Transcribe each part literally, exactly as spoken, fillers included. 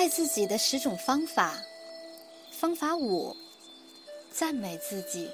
爱自己的十种方法。方法五，赞美自己。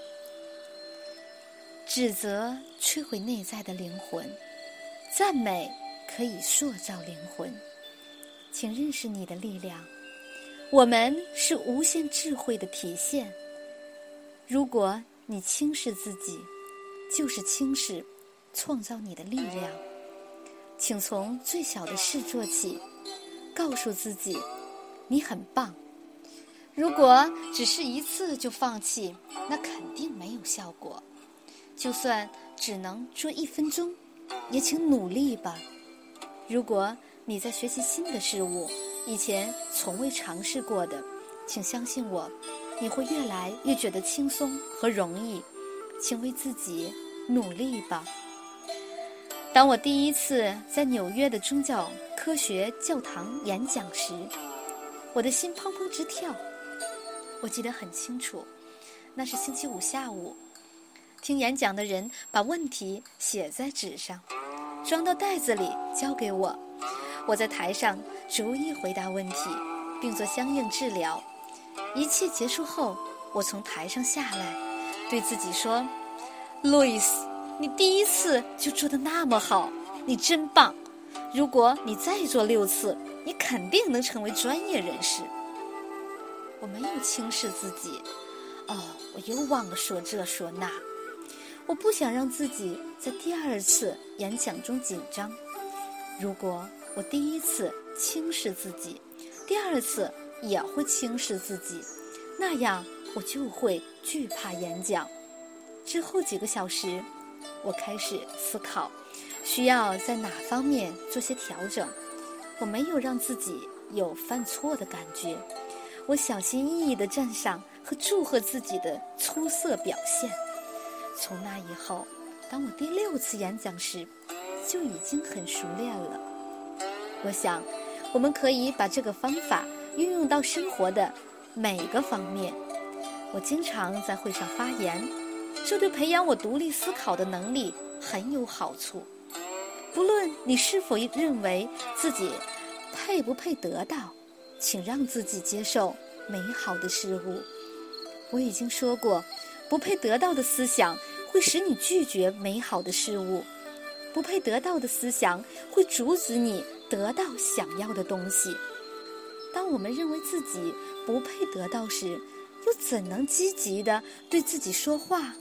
指责摧毁内在的灵魂，赞美可以塑造灵魂。请认识你的力量，我们是无限智慧的体现。如果你轻视自己，就是轻视创造你的力量。请从最小的事做起，告诉自己你很棒。如果只是一次就放弃，那肯定没有效果。就算只能做一分钟，也请努力吧。如果你在学习新的事物，以前从未尝试过的，请相信我，你会越来越觉得轻松和容易。请为自己努力吧。当我第一次在纽约的宗教科学教堂演讲时，我的心砰砰直跳。我记得很清楚，那是星期五下午，听演讲的人把问题写在纸上，装到袋子里交给我。我在台上逐一回答问题，并做相应治疗。一切结束后，我从台上下来，对自己说，路易斯，你第一次就做得那么好，你真棒。如果你再做六次，你肯定能成为专业人士。我没有轻视自己，哦，我又忘了说这说那。我不想让自己在第二次演讲中紧张。如果我第一次轻视自己，第二次也会轻视自己，那样我就会惧怕演讲。之后几个小时，我开始思考需要在哪方面做些调整。我没有让自己有犯错的感觉，我小心翼翼地赞赏和祝贺自己的出色表现。从那以后，当我第六次演讲时，就已经很熟练了。我想，我们可以把这个方法运用到生活的每个方面。我经常在会上发言，这对培养我独立思考的能力很有好处。不论你是否认为自己配不配得到，请让自己接受美好的事物。我已经说过，不配得到的思想会使你拒绝美好的事物，不配得到的思想会阻止你得到想要的东西。当我们认为自己不配得到时，又怎能积极地对自己说话？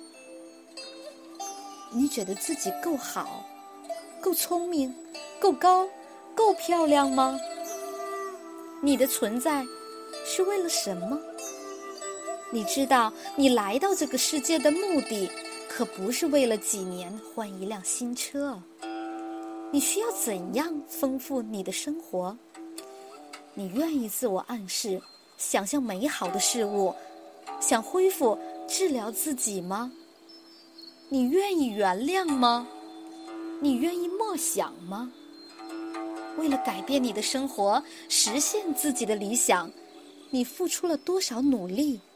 你觉得自己够好，够聪明，够高，够漂亮吗？你的存在是为了什么？你知道你来到这个世界的目的可不是为了几年换一辆新车。你需要怎样丰富你的生活？你愿意自我暗示，想象美好的事物，想恢复治疗自己吗？你愿意原谅吗？你愿意默想吗？为了改变你的生活，实现自己的理想，你付出了多少努力？